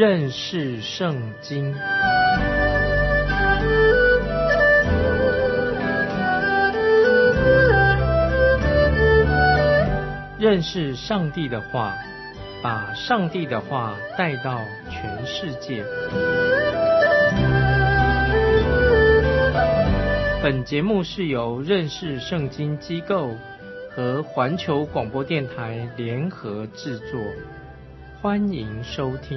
认识圣经。认识上帝的话，把上帝的话带到全世界。本节目是由认识圣经机构和环球广播电台联合制作，欢迎收听。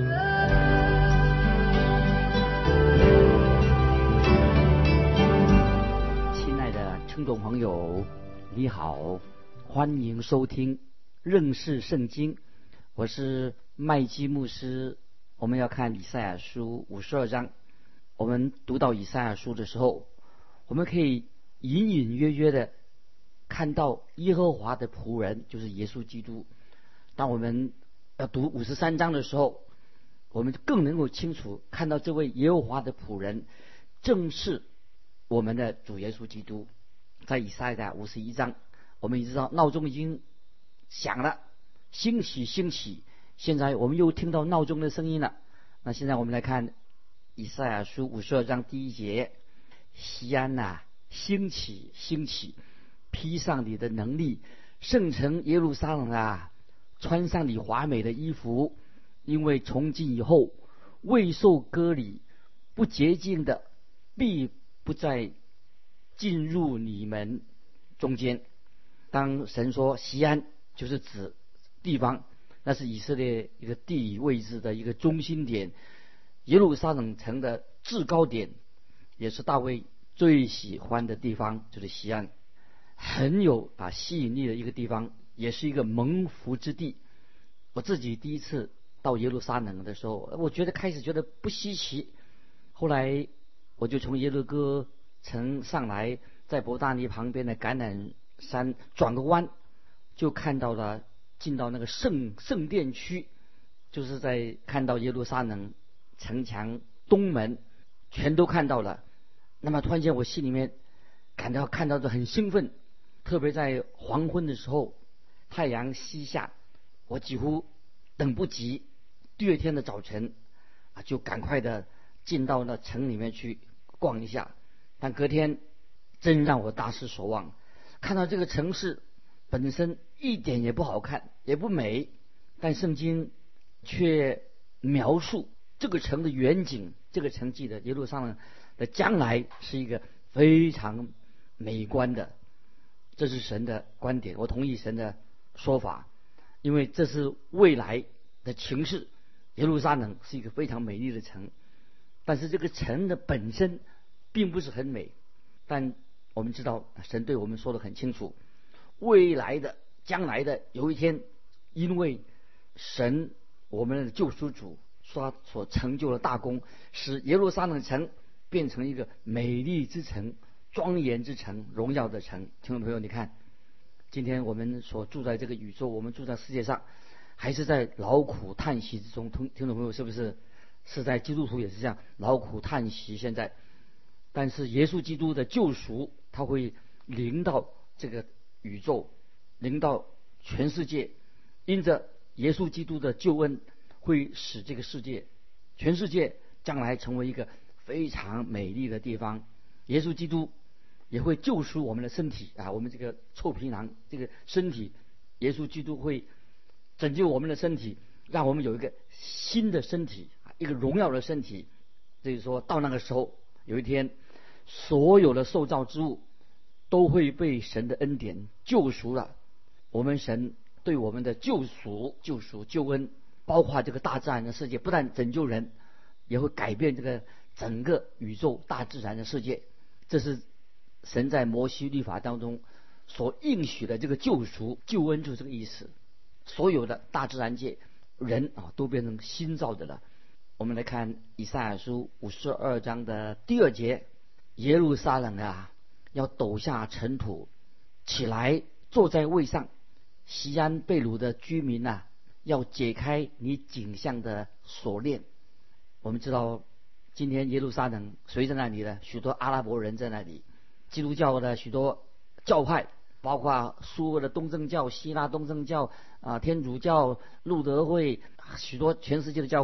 亲爱的听众朋友，你好，欢迎收听认识圣经，我是麦基牧师。我们要看以赛亚书52章。我们读到以赛亚书的时候，我们可以隐隐约约的看到耶和华的仆人，就是耶稣基督。当我们要读53章的时候，我们更能够清楚看到这位耶和华的仆人正是我们的主耶稣基督。在以赛亚51章，我们也知道闹钟已经响了，兴起兴起，现在我们又听到闹钟的声音了。那现在我们来看以赛亚书52章第1节，西安啊，兴起兴起，披上你的能力，圣城耶路撒冷啊，穿上你华美的衣服，因为从今以后未受割礼不洁净的必不再进入你们中间。当神说西安，就是指地方，那是以色列一个地理位置的一个中心点，耶路撒冷城的制高点，也是大卫最喜欢的地方，就是西安，很有吸引力的一个地方，也是一个蒙福之地。我自己第一次到耶路撒冷的时候，我开始觉得不稀奇，后来我就从耶路哥城上来，在伯大尼旁边的橄榄山转个弯，就看到了进到那个圣殿区，就是在看到耶路撒冷城墙东门，全都看到了。那么突然间我心里面看到的很兴奋，特别在黄昏的时候，太阳西下，我几乎等不及第二天的早晨就赶快的进到那城里面去逛一下。但隔天真让我大失所望，看到这个城市本身一点也不好看，也不美，但圣经却描述这个城的远景，这个城记的耶路撒冷的将来是一个非常美观的。这是神的观点，我同意神的说法，因为这是未来的情势。耶路撒冷是一个非常美丽的城，但是这个城的本身并不是很美。但我们知道神对我们说得很清楚，未来的将来的有一天，因为神我们的救赎主所成就的大功，使耶路撒冷城变成一个美丽之城，庄严之城，荣耀的城。听众朋友，你看今天我们所住在这个宇宙，我们住在世界上，还是在劳苦叹息之中。听众朋友，是不是在基督徒也是这样劳苦叹息？现在但是耶稣基督的救赎，他会临到这个宇宙，临到全世界，因着耶稣基督的救恩，会使这个世界，全世界将来成为一个非常美丽的地方。耶稣基督也会救赎我们的身体我们这个臭皮囊这个身体，耶稣基督会拯救我们的身体，让我们有一个新的身体，一个荣耀的身体。所以说到那个时候，有一天所有的受造之物都会被神的恩典救赎了。我们神对我们的救恩，包括这个大自然的世界，不但拯救人，也会改变这个整个宇宙大自然的世界。这是神在摩西律法当中所应许的这个救赎救恩，就是这个意思。所有的大自然界人都变成新造的了。我们来看以赛亚书52章的第2节，耶路撒冷啊，要抖下尘土，起来坐在位上，西安被掳的居民啊，要解开你颈项的锁链。我们知道今天耶路撒冷谁在那里呢？许多阿拉伯人在那里，基督教的许多教派，包括苏俄的东正教、希腊东正教天主教、路德会，许多全世界的教会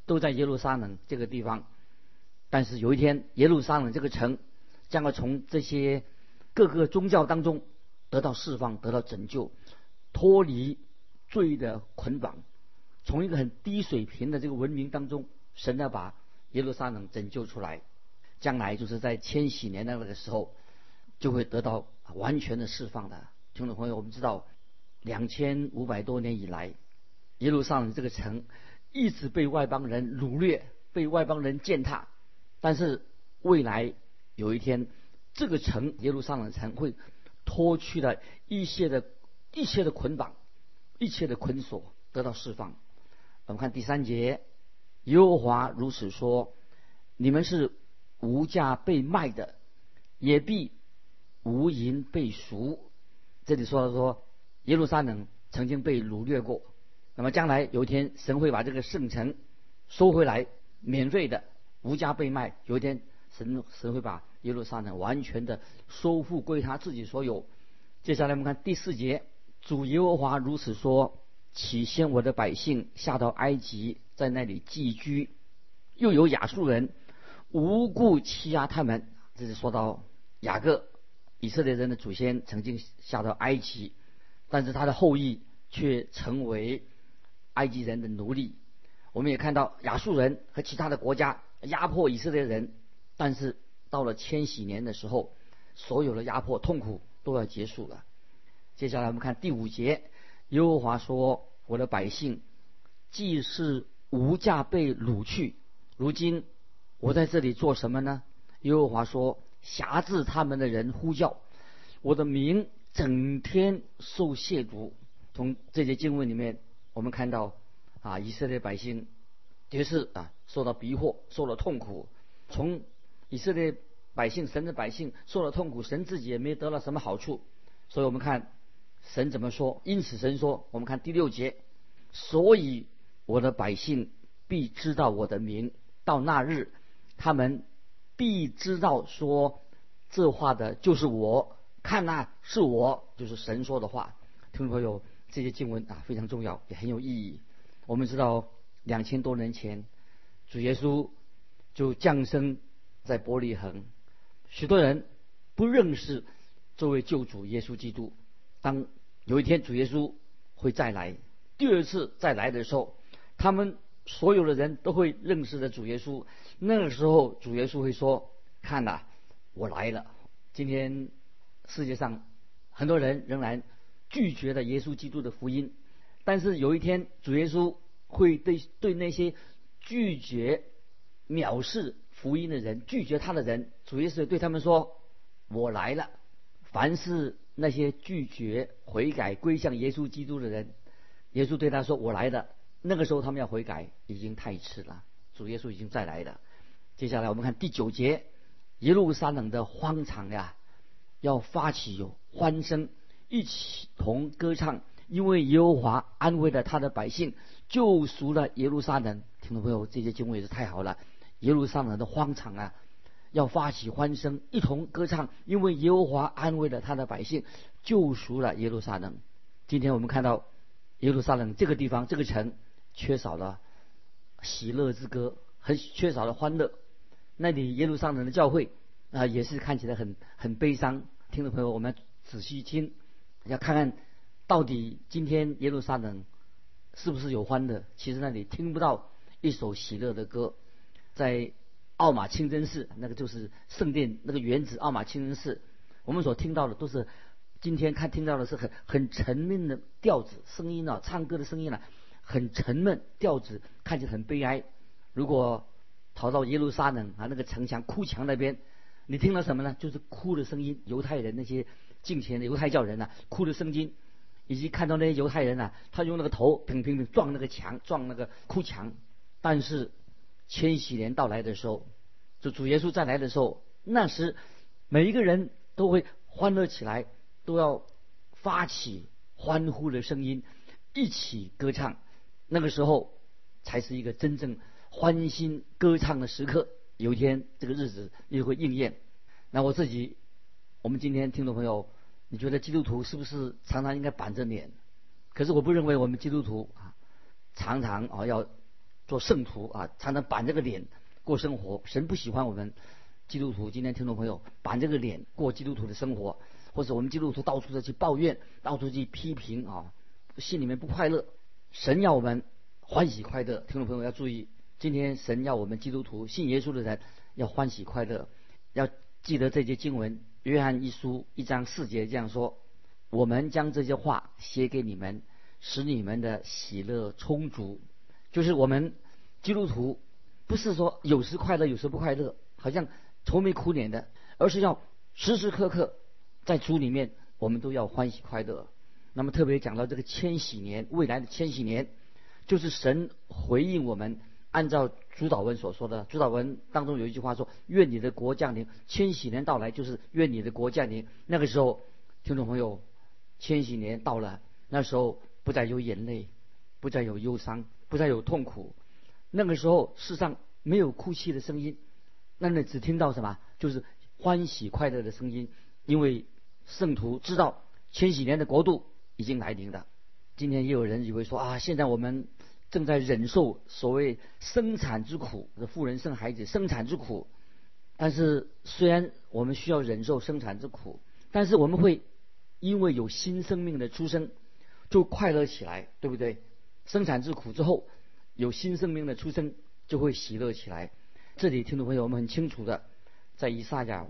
都在耶路撒冷这个地方。但是有一天，耶路撒冷这个城将要从这些各个宗教当中得到释放，得到拯救，脱离罪的捆绑，从一个很低水平的这个文明当中，神要把耶路撒冷拯救出来。将来就是在千禧年那个时候，就会得到完全的释放的。听众朋友，我们知道2500多年以来，耶路撒冷这个城一直被外邦人掳掠，被外邦人践踏。但是未来有一天，这个城耶路撒冷城会脱去了一切的捆绑，一切的捆锁，得到释放。我们看第3节，耶和华如此说：你们是无价被卖的，也必无银被赎。这里说耶路撒冷曾经被掳掠过，那么将来有一天神会把这个圣城收回来，免费的，无价被卖。有一天神会把耶路撒冷完全的收复归他自己所有。接下来我们看第4节，主耶和华如此说：起先我的百姓下到埃及，在那里寄居，又有亚述人无故欺压他们。这是说到雅各，以色列人的祖先曾经下到埃及，但是他的后裔却成为埃及人的奴隶。我们也看到亚述人和其他的国家压迫以色列人，但是到了千禧年的时候，所有的压迫痛苦都要结束了。接下来我们看第5节，耶和华说：我的百姓既是无价被掳去，如今我在这里做什么呢？耶和华说：辖制他们的人呼叫，我的名整天受亵渎。从这些经文里面我们看到以色列百姓的确受到逼迫，受了痛苦。从以色列百姓，神的百姓受了痛苦，神自己也没得到什么好处。所以我们看神怎么说，因此神说，我们看第6节，所以我的百姓必知道我的名，到那日他们必知道说这话的就是我，看是我，就是神说的话。听众朋友，这些经文非常重要，也很有意义。我们知道2000多年前主耶稣就降生在伯利恒，许多人不认识这位救主耶稣基督。当有一天主耶稣会再来，第2次再来的时候，他们所有的人都会认识的主耶稣。那个时候主耶稣会说，看我来了。今天世界上很多人仍然拒绝了耶稣基督的福音，但是有一天主耶稣会对那些拒绝藐视福音的人，拒绝他的人，主耶稣对他们说，我来了。凡是那些拒绝悔改归向耶稣基督的人，耶稣对他说，我来了。那个时候他们要悔改已经太迟了，主耶稣已经再来了。接下来我们看第9节，耶路撒冷的荒场要发起有欢声，一起同歌唱，因为耶和华安慰了他的百姓，救赎了耶路撒冷。听众朋友，这些经文也是太好了。耶路撒冷的荒场要发起欢声，一同歌唱，因为耶和华安慰了他的百姓，救赎了耶路撒冷。今天我们看到耶路撒冷这个地方，这个城缺少了喜乐之歌，很缺少了欢乐。那里耶路撒冷的教会也是看起来很悲伤。听众朋友，我们要仔细听，要看看到底今天耶路撒冷是不是有欢乐。其实那里听不到一首喜乐的歌。在奥马清真寺，那个就是圣殿那个原址奥马清真寺，我们所听到的都是今天听到的是很沉闷的调子，声音唱歌的声音很沉闷，调子看起来很悲哀。如果逃到耶路撒冷那个城墙哭墙那边，你听到什么呢？就是哭的声音，犹太人那些敬虔的犹太教人哭的声音，以及看到那些犹太人他用那个头砰砰砰撞那个墙，撞那个哭墙。但是千禧年到来的时候，就主耶稣再来的时候，那时每一个人都会欢乐起来，都要发起欢呼的声音，一起歌唱。那个时候才是一个真正欢欣歌唱的时刻。有一天这个日子也会应验。那我们今天听众朋友，你觉得基督徒是不是常常应该板着脸？可是我不认为我们基督徒常常要做圣徒啊，常常板着个脸过生活。神不喜欢我们基督徒，今天听众朋友板着个脸过基督徒的生活，或者我们基督徒到处的去抱怨，到处去批评啊，心里面不快乐。神要我们欢喜快乐，听众朋友要注意，今天神要我们基督徒信耶稣的人要欢喜快乐，要记得这节经文，约翰一书1章4节这样说：我们将这些话写给你们，使你们的喜乐充足。就是我们基督徒不是说有时快乐有时不快乐，好像愁眉苦脸的，而是要时时刻刻在主里面我们都要欢喜快乐。那么特别讲到这个千禧年，未来的千禧年，就是神回应我们，按照主祷文所说的，主祷文当中有一句话说：愿你的国降临。千禧年到来就是愿你的国降临。那个时候听众朋友，千禧年到了，那时候不再有眼泪，不再有忧伤，不再有痛苦。那个时候世上没有哭泣的声音，那你只听到什么？就是欢喜快乐的声音。因为圣徒知道千禧年的国度已经来临了。今天也有人以为说啊，现在我们正在忍受所谓生产之苦，妇人生孩子生产之苦。但是虽然我们需要忍受生产之苦，但是我们会因为有新生命的出生就快乐起来，对不对？生产之苦之后有新生命的出生就会喜乐起来。这里听众朋友我们很清楚的，在以赛亚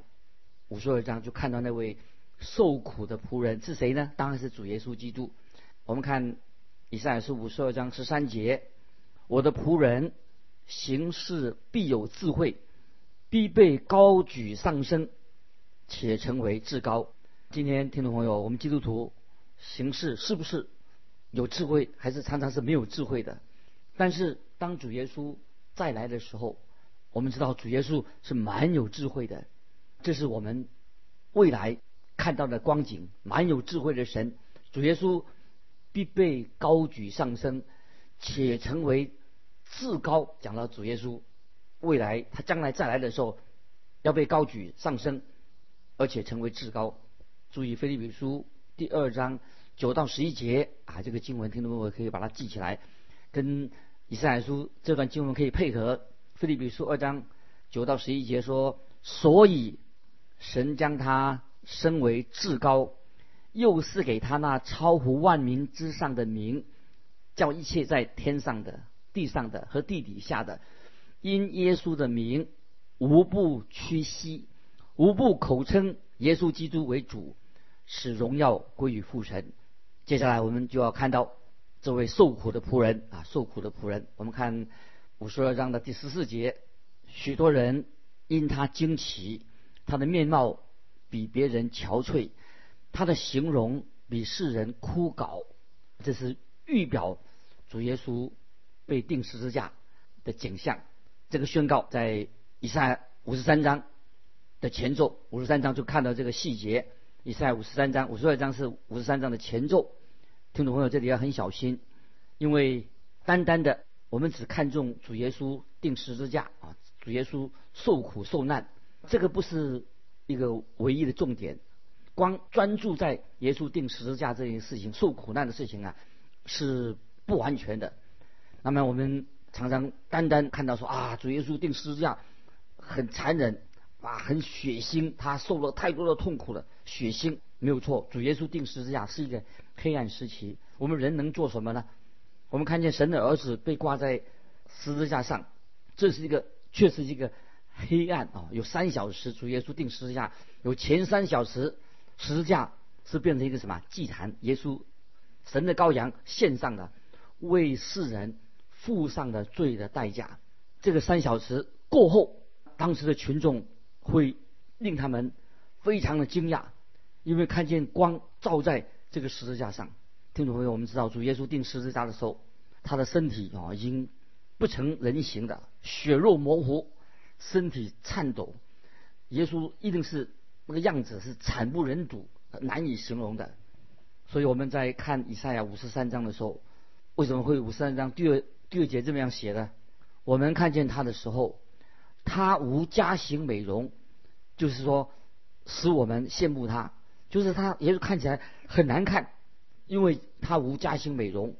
52章就看到那位受苦的仆人是谁呢？当然是主耶稣基督。我们看以赛亚书52章13节：我的仆人行事必有智慧，必被高举上升，且成为至高。今天听众朋友，我们基督徒行事是不是有智慧，还是常常是没有智慧的？但是当主耶稣再来的时候，我们知道主耶稣是蛮有智慧的，这是我们未来看到的光景。蛮有智慧的神主耶稣必被高举上升，且成为至高。讲到主耶稣未来他将来再来的时候要被高举上升，而且成为至高。注意腓立比书第2章9到11节啊，这个经文听众朋友可以把它记起来，跟以赛亚书这段经文可以配合。腓立比书2章9到11节说：所以神将他升为至高，又赐给他那超乎万民之上的名，叫一切在天上的、地上的和地底下的，因耶稣的名无不屈膝，无不口称耶稣基督为主，使荣耀归于父神。接下来我们就要看到这位受苦的仆人啊，受苦的仆人。我们看52章的第14节：许多人因他惊奇，他的面貌比别人憔悴，他的形容比世人枯槁。这是预表主耶稣被钉十字架的景象。这个宣告在以赛亚53章的前奏，53章就看到这个细节。以赛亚53章52章是53章的前奏。听众朋友这里要很小心，因为单单的我们只看重主耶稣钉十字架啊，主耶稣受苦受难，这个不是一个唯一的重点。光专注在耶稣钉十字架这件事情，受苦难的事情啊，是不完全的。那么我们常常单单看到说啊，主耶稣钉十字架很残忍啊，很血腥，他受了太多的痛苦了，血腥没有错。主耶稣钉十字架是一个黑暗时期，我们人能做什么呢？我们看见神的儿子被挂在十字架上，这是确实一个黑暗啊。有3小时主耶稣钉十字架，有前3小时十字架是变成一个什么祭坛，耶稣神的羔羊献上了为世人付上了罪的代价。这个3小时过后，当时的群众会令他们非常的惊讶，因为看见光照在这个十字架上。听众朋友，我们知道主耶稣钉十字架的时候，他的身体已经不成人形的，血肉模糊，身体颤抖。耶稣一定是那个样子是惨不忍睹，难以形容的。所以我们在看以赛亚53章的时候，为什么会53章第二节这么样写呢？我们看见他的时候，他无佳形美容，就是说使我们羡慕他，就是他耶稣看起来很难看，因为他无佳形美容。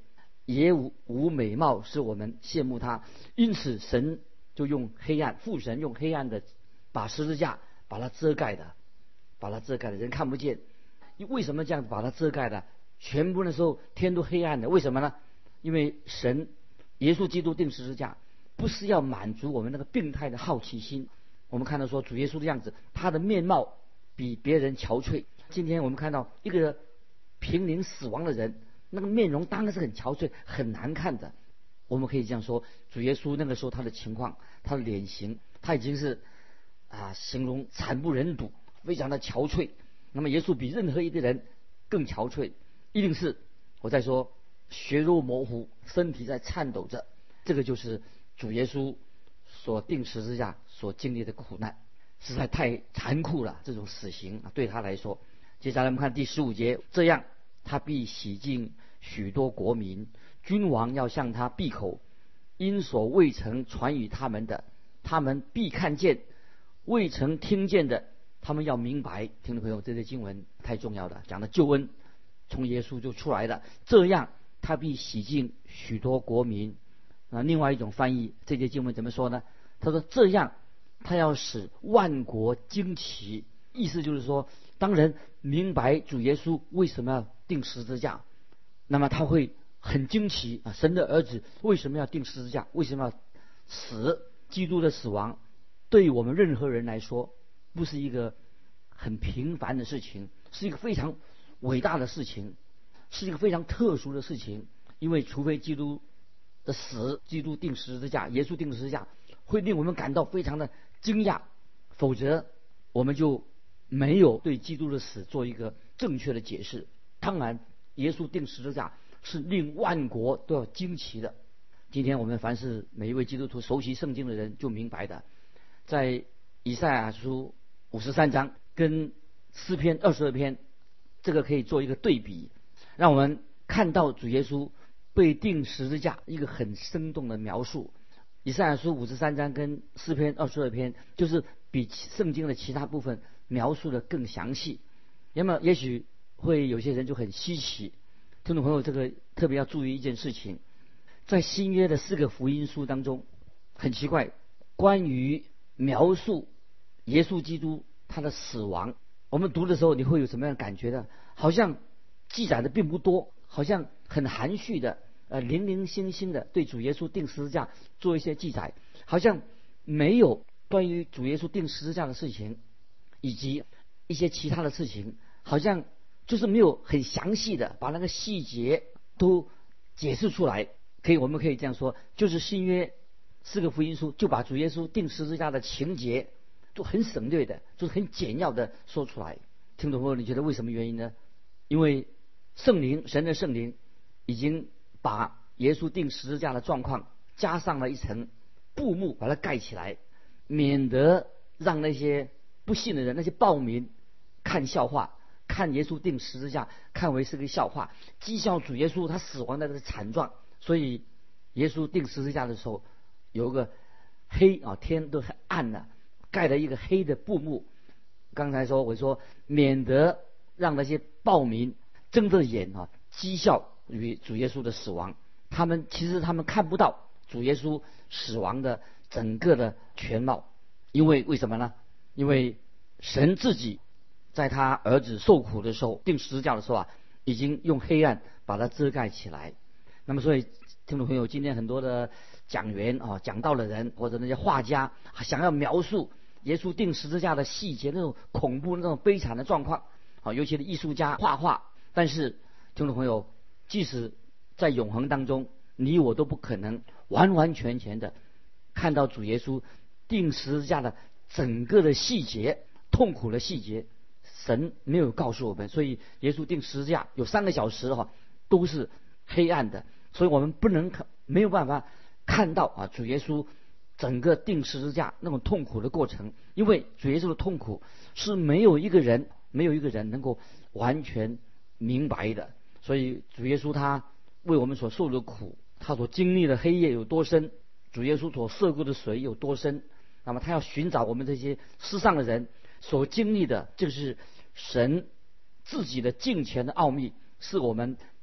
也无美貌，使我们羡慕他。因此神就用黑暗，父神用黑暗的把十字架把它遮盖的，人看不见。为什么这样把它遮盖的？全部的时候天都黑暗的，为什么呢？因为神耶稣基督钉十字架，不是要满足我们那个病态的好奇心。我们看到说主耶稣的样子，他的面貌比别人憔悴。今天我们看到一个濒临死亡的人，那个面容当然是很憔悴、很难看的。我们可以这样说，主耶稣那个时候他的情况，他的脸型，他已经是形容惨不忍睹，非常的憔悴。那么耶稣比任何一个人更憔悴，一定是我在说血肉模糊，身体在颤抖着。这个就是主耶稣所钉十字架所经历的苦难，实在太残酷了。这种死刑对他来说。接下来我们看第15节，这样他必洗净许多国民，君王要向他闭口，因所未曾传与他们的，他们必看见；未曾听见的，他们要明白。听众朋友，这些经文太重要了，讲的救恩从耶稣就出来了。这样他必洗净许多国民。另外一种翻译这些经文怎么说呢？他说这样他要使万国惊奇，意思就是说，当人明白主耶稣为什么要钉十字架，那么他会很惊奇神的儿子为什么要钉十字架，为什么要死？基督的死亡对于我们任何人来说不是一个很平凡的事情，是一个非常伟大的事情，是一个非常特殊的事情。因为除非基督的死，基督钉十字架，耶稣钉十字架会令我们感到非常的惊讶，否则我们就没有对基督的死做一个正确的解释。当然耶稣钉十字架是令万国都要惊奇的。今天我们凡是每一位基督徒熟悉圣经的人就明白的，在以赛亚书53章跟诗篇22篇，这个可以做一个对比，让我们看到主耶稣被钉十字架一个很生动的描述。以赛亚书53章跟诗篇22篇就是比圣经的其他部分描述的更详细。那么也许会有些人就很稀奇，听众朋友，这个特别要注意一件事情，在新约的4个福音书当中，很奇怪，关于描述耶稣基督他的死亡，我们读的时候你会有什么样的感觉呢？好像记载的并不多，好像很含蓄的零零星星的对主耶稣钉十字架做一些记载，好像没有关于主耶稣钉十字架的事情，以及一些其他的事情，好像就是没有很详细的把那个细节都解释出来。我们可以这样说，就是新约4个福音书就把主耶稣钉十字架的情节都很省略的，就是很简要的说出来。听众朋友，你觉得为什么原因呢？因为圣灵，神的圣灵已经把耶稣钉十字架的状况加上了一层布幕，把它盖起来，免得让那些不信的人，那些暴民看笑话，看耶稣钉十字架看为是个笑话，讥笑主耶稣他死亡的这个惨状。所以耶稣钉十字架的时候有个黑天都很暗了，盖了一个黑的布幕。刚才我说免得让那些暴民睁着眼讥笑于主耶稣的死亡，其实他们看不到主耶稣死亡的整个的全貌。为什么呢？因为神自己在他儿子受苦的时候，钉十字架的时候已经用黑暗把它遮盖起来。那么所以听众朋友，今天很多的讲员讲道的人或者那些画家想要描述耶稣钉十字架的细节，那种恐怖那种悲惨的状况，尤其是艺术家画画。但是听众朋友，即使在永恒当中，你我都不可能完完全全的看到主耶稣钉十字架的整个的细节，痛苦的细节，神没有告诉我们。所以耶稣钉十字架有3个小时都是黑暗的，所以我们没有办法看到主耶稣整个钉十字架那种痛苦的过程。因为主耶稣的痛苦是没有一个人能够完全明白的。所以主耶稣他为我们所受的苦，他所经历的黑夜有多深，主耶稣所涉过的水有多深，那么他要寻找我们这些世上的人所经历的，就是神自己的敬虔的奥秘，是我们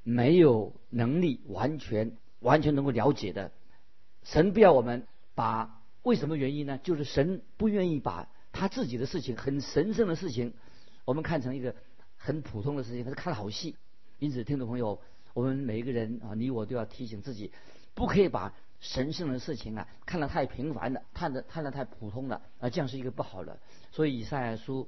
没有能力完全能够了解的。神不要我们把为什么原因呢？就是神不愿意把他自己的事情，很神圣的事情，我们看成一个很普通的事情，他是看好戏。因此，听众朋友，我们每一个人啊，你我都要提醒自己，不可以把神圣的事情啊看得太平凡了，看得太普通了啊，这样是一个不好的。所以以赛亚书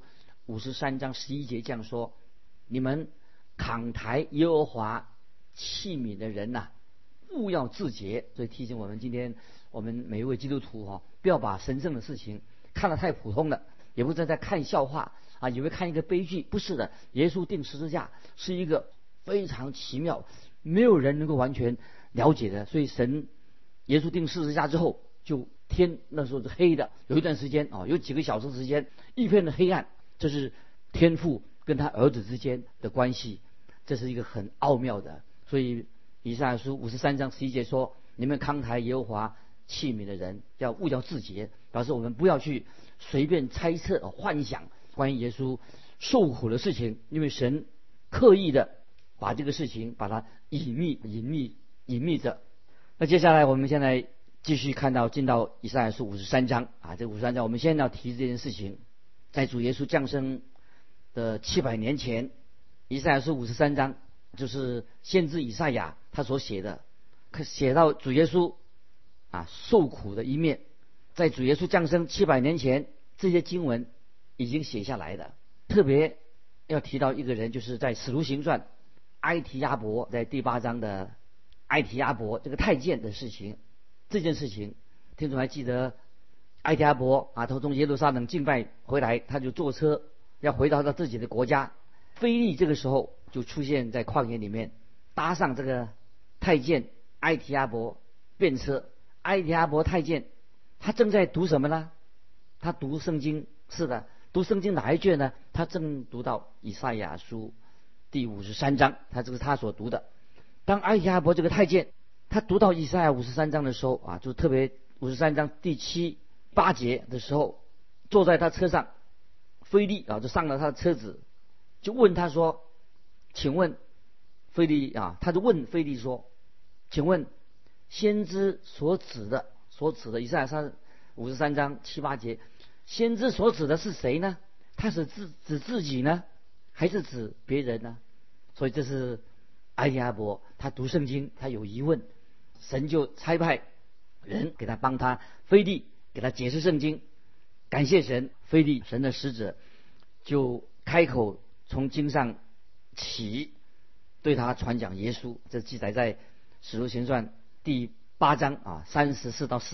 53章11节这样说：你们扛抬耶和华器皿的人呐，勿要自洁。所以提醒我们，今天我们每一位基督徒不要把神圣的事情看得太普通了，也不是在看笑话啊，以为看一个悲剧。不是的，耶稣钉十字架是一个非常奇妙，没有人能够完全了解的。所以耶稣钉十字架之后，就天那时候是黑的，有一段时间有几个小时时间一片的黑暗，这是天父跟他儿子之间的关系，这是一个很奥妙的。所以以赛亚书53章11节说：你们扛抬耶和华器皿的人，勿要自洁，表示我们不要去随便猜测幻想关于耶稣受苦的事情，因为神刻意的把这个事情把它隐秘着。那接下来我们现在继续进到以赛亚书53章啊，这53章我们先要提这件事情，在主耶稣降生的700年前，以赛亚书53章就是先知以赛亚他所写的，写到主耶稣受苦的一面。在主耶稣降生700年前，这些经文已经写下来的。特别要提到一个人，就是在使徒行传埃提阿伯，在第8章的埃提阿伯这个太监的事情。这件事情听众还记得，埃提阿伯他从耶路撒冷敬拜回来，他就坐车要回到他自己的国家。腓利这个时候就出现在旷野里面，搭上这个太监埃提阿伯便车。埃提阿伯太监他正在读什么呢？他读圣经。是的，读圣经哪一卷呢？他正读到以赛亚书第53章，这是他所读的。当埃提阿伯这个太监他读到以赛亚53章的时候就特别53章第7、8节的时候，坐在他车上，腓利就上了他的车子，就问他说：请问腓利他就问腓利说：请问先知所指的以赛亚53章7、8节，先知所指的是谁呢？他是指自己呢，还是指别人呢？所以这是埃提阿伯他读圣经，他有疑问，神就差派人给他帮他，腓利给他解释圣经。感谢神，腓利神的使者就开口从经上起，对他传讲耶稣。这记载在使徒行传第8章34到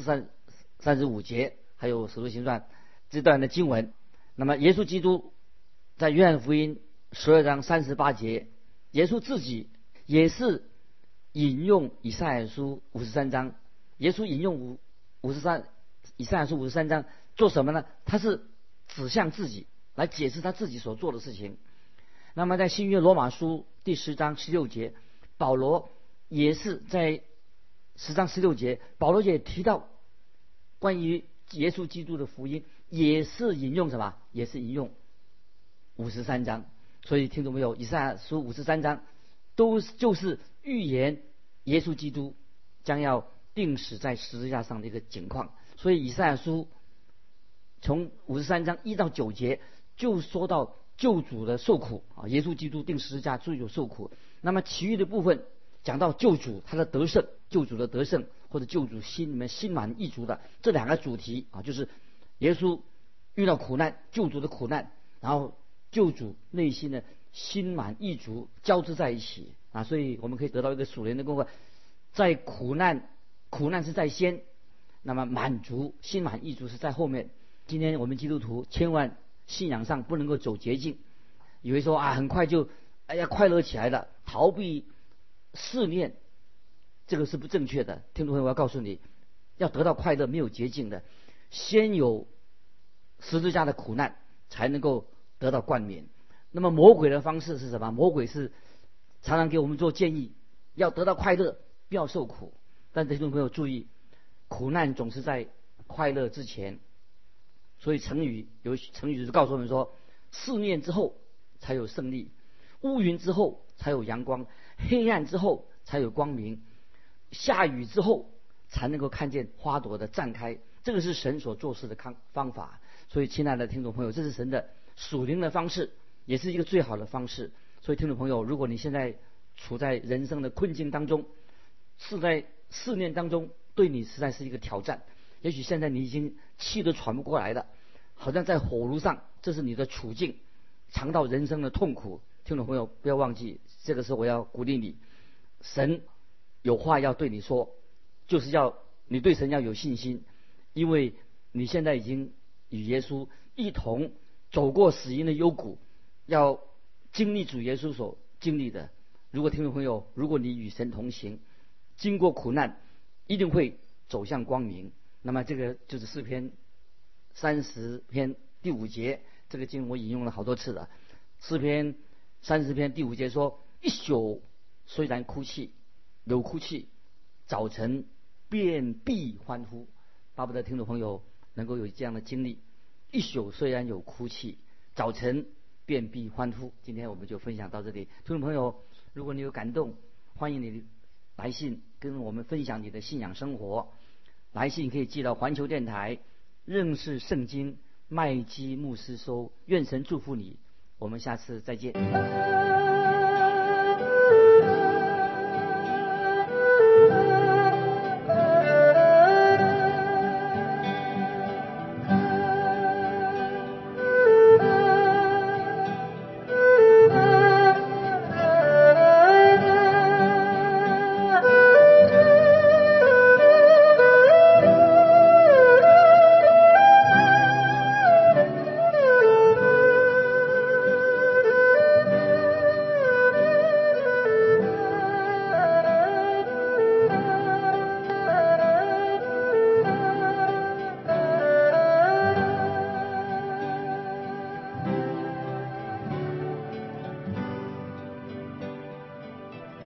35节，还有使徒行传这段的经文。那么耶稣基督在约翰福音12章38节，耶稣自己也是引用以赛亚书53章。耶稣引用以赛亚书53章做什么呢？他是指向自己，来解释他自己所做的事情。那么在新约罗马书第10章16节，保罗也是在10章16节，保罗也提到关于耶稣基督的福音，也是引用什么？也是引用53章。所以听众朋友，以赛亚书53章就是预言耶稣基督将要钉死在十字架上的一个景况。所以以赛亚书从53章1到9节就说到救主的受苦耶稣基督钉十字架就有受苦。那么其余的部分讲到救主他的得胜，救主的得胜，或者救主心里面心满意足的这两个主题就是耶稣遇到苦难，救主的苦难，然后救主内心的心满意足交织在一起所以我们可以得到一个属灵的功课，在苦难是在先，那么满足心满意足是在后面。今天我们基督徒千万信仰上不能够走捷径，以为说很快就快乐起来了，逃避试炼，这个是不正确的。听众朋友，我要告诉你，要得到快乐没有捷径的，先有十字架的苦难才能够得到冠冕。那么魔鬼的方式是什么？魔鬼是常常给我们做建议，要得到快乐不要受苦。但听众朋友注意，苦难总是在快乐之前。所以有成语就是告诉我们说，试炼之后才有胜利，乌云之后才有阳光，黑暗之后才有光明，下雨之后才能够看见花朵的绽开。这个是神所做事的方法。所以亲爱的听众朋友，这是神的属灵的方式，也是一个最好的方式。所以听众朋友，如果你现在处在人生的困境当中，是在试炼当中，对你实在是一个挑战，也许现在你已经气得喘不过来了，好像在火炉上，这是你的处境，尝到人生的痛苦。听众朋友，不要忘记，这个时候我要鼓励你，神有话要对你说，就是要你对神要有信心，因为你现在已经与耶稣一同走过死荫的幽谷，要经历主耶稣所经历的。如果听众朋友，如果你与神同行，经过苦难，一定会走向光明。那么这个就是诗篇30篇第5节，这个经文我引用了好多次了。诗篇30篇第5节说：一宿虽然哭泣，有哭泣，早晨便必欢呼。巴不得听众朋友能够有这样的经历，一宿虽然有哭泣，早晨便必欢呼。今天我们就分享到这里。听众朋友，如果你有感动，欢迎你来信跟我们分享你的信仰生活。来信可以寄到环球电台认识圣经麦基牧师收。愿神祝福你，我们下次再见。